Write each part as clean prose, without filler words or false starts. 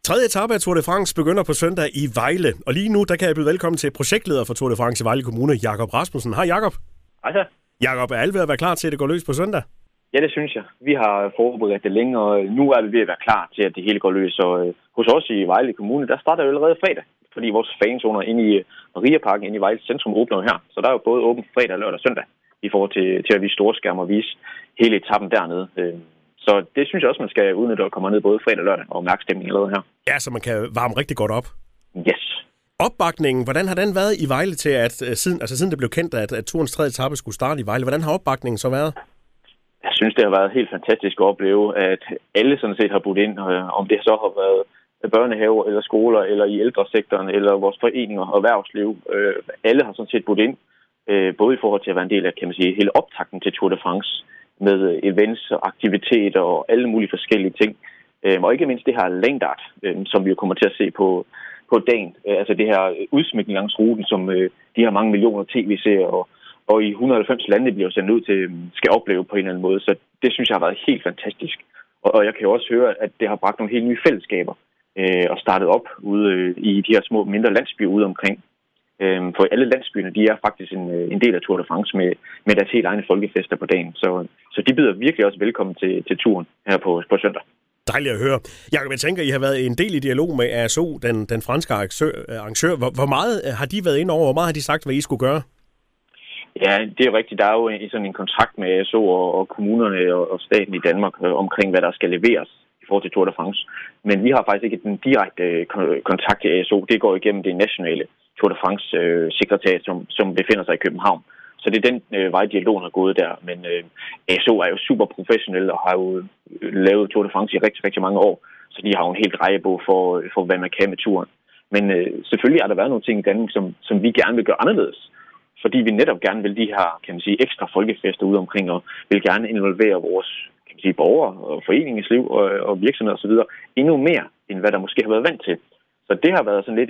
Tredje etape af Tour de France begynder på søndag i Vejle, og lige nu der kan jeg byde velkommen til projektleder for Tour de France i Vejle Kommune, Jakob Rasmussen. Hej Jakob. Hej så. Jakob, er alle ved at være klar til, at det går løs på søndag? Ja, det synes jeg. Vi har forberedt det længe, og nu er vi ved at være klar til, at det hele går løs. Og hos os i Vejle Kommune, der starter jo allerede fredag, fordi vores fanzoner inde i Mariaparken inde i Vejle Centrum åbner her. Så der er jo både åbent fredag, lørdag og søndag i forhold til at vise storskærm og vise hele etappen dernede. Så det synes jeg også, man skal udnytte at komme ned både fredag og lørdag og mærke stemningen allerede her. Ja, så man kan varme rigtig godt op. Yes. Opbakningen, hvordan har den været i Vejle til, at siden det blev kendt, at turens tredje etape skulle starte i Vejle? Hvordan har opbakningen så været? Jeg synes, det har været helt fantastisk at opleve, at alle sådan set har budt ind, om det så har været børnehaver eller skoler, eller i ældresektoren, eller vores foreninger og erhvervsliv. Alle har sådan set budt ind, både i forhold til at være en del af, kan man sige, hele optakten til Tour de France, med events og aktiviteter og alle mulige forskellige ting. Og ikke mindst det her længdart, som vi jo kommer til at se på dagen. Altså det her udsmykning langs ruten, som de her mange millioner tv-serier og i 190 lande bliver sendt ud til, skal opleve på en eller anden måde. Så det synes jeg har været helt fantastisk. Og jeg kan jo også høre, at det har bragt nogle helt nye fællesskaber og startet op ude i de her små mindre landsbyer ude omkring. For alle landsbyerne, de er faktisk en del af Tour de France med deres helt egne folkefester på dagen. Så de byder virkelig også velkommen til turen her på søndag. Dejligt at høre. Jakob, jeg tænker, I har været en del i dialog med ASO, den franske arrangør. Hvor meget har de været inde over? Hvor meget har de sagt, hvad I skulle gøre? Ja, det er jo rigtigt. Der er jo sådan en kontrakt med ASO og kommunerne og staten i Danmark omkring, hvad der skal leveres i forhold til Tour de France. Men vi har faktisk ikke den direkte kontakt til ASO. Det går igennem det nationale Tour de France sekretariat, som befinder sig i København. Så det er den vej, dialogen er gået der. Men ASO er jo super professionel og har jo lavet Tour de France i rigtig, rigtig mange år. Så de har jo en helt rejebog for hvad man kan med turen. Men selvfølgelig har der været nogle ting i Danmark, som vi gerne vil gøre anderledes. Fordi vi netop gerne vil de her, kan man sige, ekstra folkefester ude omkring, og vil gerne involvere vores, kan man sige, borgere og foreningsliv og virksomheder osv. endnu mere, end hvad der måske har været vant til. Så det har været sådan lidt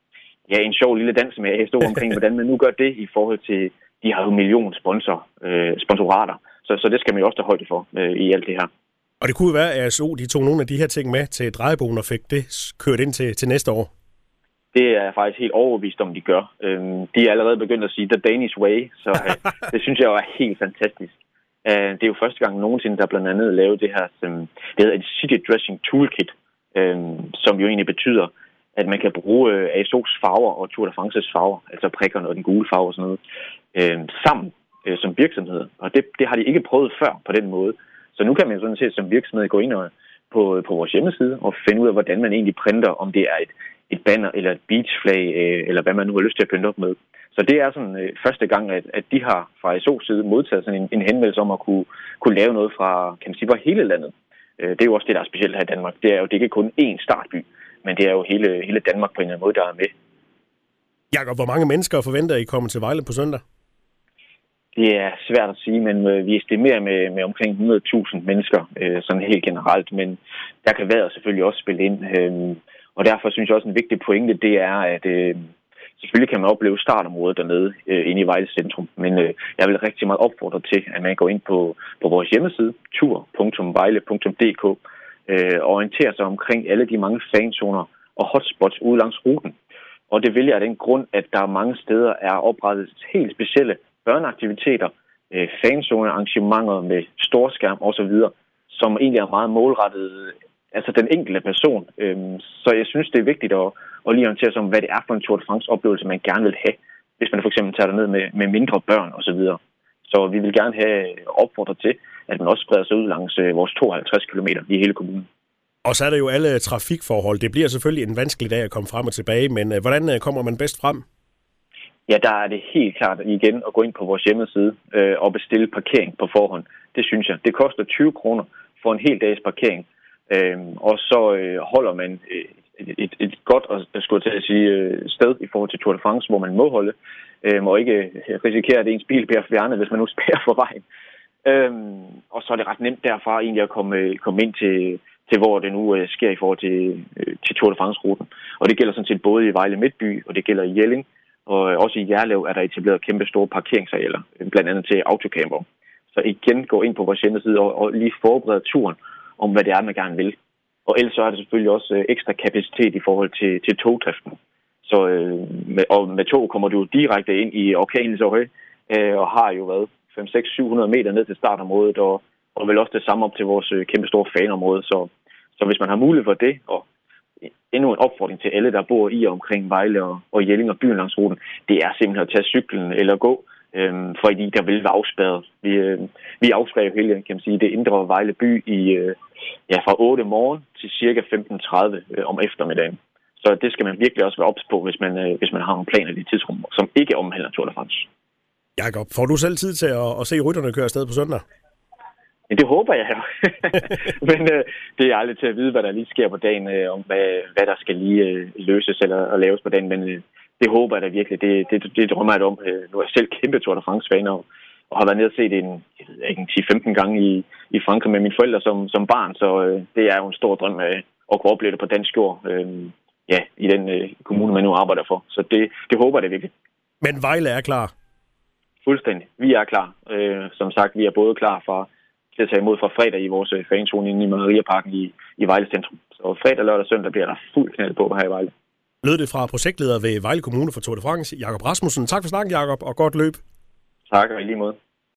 en sjov lille dans med ASO omkring, hvordan man nu gør det i forhold til de har jo millioner sponsorater. Så det skal man jo også tage højde for i alt det her. Og det kunne være, at ASO de tog nogle af de her ting med til drejebogen og fik det kørt ind til næste år. Det er jeg faktisk helt overbevist om, de gør. De er allerede begyndt at sige The Danish Way, så det synes jeg jo er helt fantastisk. Det er jo første gang nogensinde, der blandt andet lavet det her, det hedder et City Dressing Toolkit, som jo egentlig betyder, at man kan bruge ASO's farver og Tour de France's farver, altså prikkerne og den gule farve og sådan noget, sammen som virksomhed. Og det har de ikke prøvet før på den måde. Så nu kan man sådan set som virksomhed gå ind på vores hjemmeside og finde ud af, hvordan man egentlig printer, om det er et banner eller et beachflag, eller hvad man nu har lyst til at pynte op med. Så det er sådan første gang, at de har fra ASO's side modtaget sådan en henvendelse om at kunne lave noget fra, kan man sige, fra hele landet. Det er jo også det, der er specielt her i Danmark. Det er jo det er ikke kun én startby, men det er jo hele Danmark på en eller anden måde, der er med. Jakob, hvor mange mennesker forventer I kommer til Vejle på søndag? Det er svært at sige, men vi estimerer med omkring 100.000 mennesker, sådan helt generelt. Men der kan vejret selvfølgelig også spille ind. Og derfor synes jeg også, en vigtig pointe, det er, at selvfølgelig kan man opleve startområdet dernede inde i Vejle Centrum. Men jeg vil rigtig meget opfordre til, at man går ind på vores hjemmeside, tur.vejle.dk, og orienterer sig omkring alle de mange fanzoner og hotspots ude langs ruten. Og det vil jeg af den grund, at der mange steder er oprettet helt specielle børneaktiviteter, fanzone arrangementer med storskærm osv., som egentlig er meget målrettet, altså den enkelte person. Så jeg synes, det er vigtigt at lige orientere sig om, hvad det er for en Tour de France-oplevelse, man gerne vil have, hvis man for eksempel tager derned med mindre børn osv. Så vi vil gerne have opfordret til, at man også spreder sig ud langs vores 52 km i hele kommunen. Og så er der jo alle trafikforhold. Det bliver selvfølgelig en vanskelig dag at komme frem og tilbage, men hvordan kommer man bedst frem? Ja, der er det helt klart igen at gå ind på vores hjemmeside og bestille parkering på forhånd. Det synes jeg. Det koster 20 kroner for en hel dags parkering. Og så holder man et godt og skulle til at sige sted i forhold til Tour de France, hvor man må holde, og ikke risikere, at ens bil bliver fjernet, hvis man nu spærrer for vejen. Og så er det ret nemt derfra egentlig at komme ind til hvor det nu sker i forhold til Tour de France-ruten. Og det gælder sådan set både i Vejle Midtby, og det gælder i Jelling, og også i Jerlev er der etableret kæmpe store parkeringsarealer, blandt andet til autocamper. Så igen gå ind på vores hjemmeside og lige forberede turen om, hvad det er, man gerne vil. Og ellers så er der selvfølgelig også ekstra kapacitet i forhold til togdriften. Så med tog kommer du direkte ind i orkanens øje, og har jo været 500-700 meter ned til startområdet, og vel også det samme op til vores kæmpe store faneområde. Så hvis man har mulighed for det, og endnu en opfordring til alle, der bor i og omkring Vejle og Jelling og byen langs ruten, det er simpelthen at tage cyklen eller gå, fordi der vil være afspærret. Vi afspærrer jo hele, kan man sige, det indre Vejle by fra 8 morgen til cirka 15:30 om eftermiddagen. Så det skal man virkelig også være ops på, hvis man har nogle planer i det tidsrum, som ikke omhandler Tour de France. Jakob, får du selv tid til at se rytterne køre afsted på søndag? Men det håber jeg jo. Men det er aldrig til at vide, hvad der lige sker på dagen, om hvad der skal lige løses eller laves på dagen. Men det håber jeg da virkelig. Det drømmer jeg om. Nu er jeg selv kæmpe Tour de France-fan og har været nede og set en 10-15 gange i Frankrig med mine forældre som barn. Så det er jo en stor drøm at kunne opleve det på dansk jord. I den kommune, man nu arbejder for. Så det håber jeg virkelig. Men Vejle er klar? Fuldstændig. Vi er klar. Som sagt, vi er både klar til at tage imod fra fredag i vores fanzone inde i Mariaparken i Vejle Centrum. Så fredag, lørdag og søndag bliver der fuld knald på her i Vejle. Lød det fra projektleder ved Vejle Kommune for Tour de France, Jakob Rasmussen. Tak for snakken, Jakob, og godt løb. Tak, og i lige måde.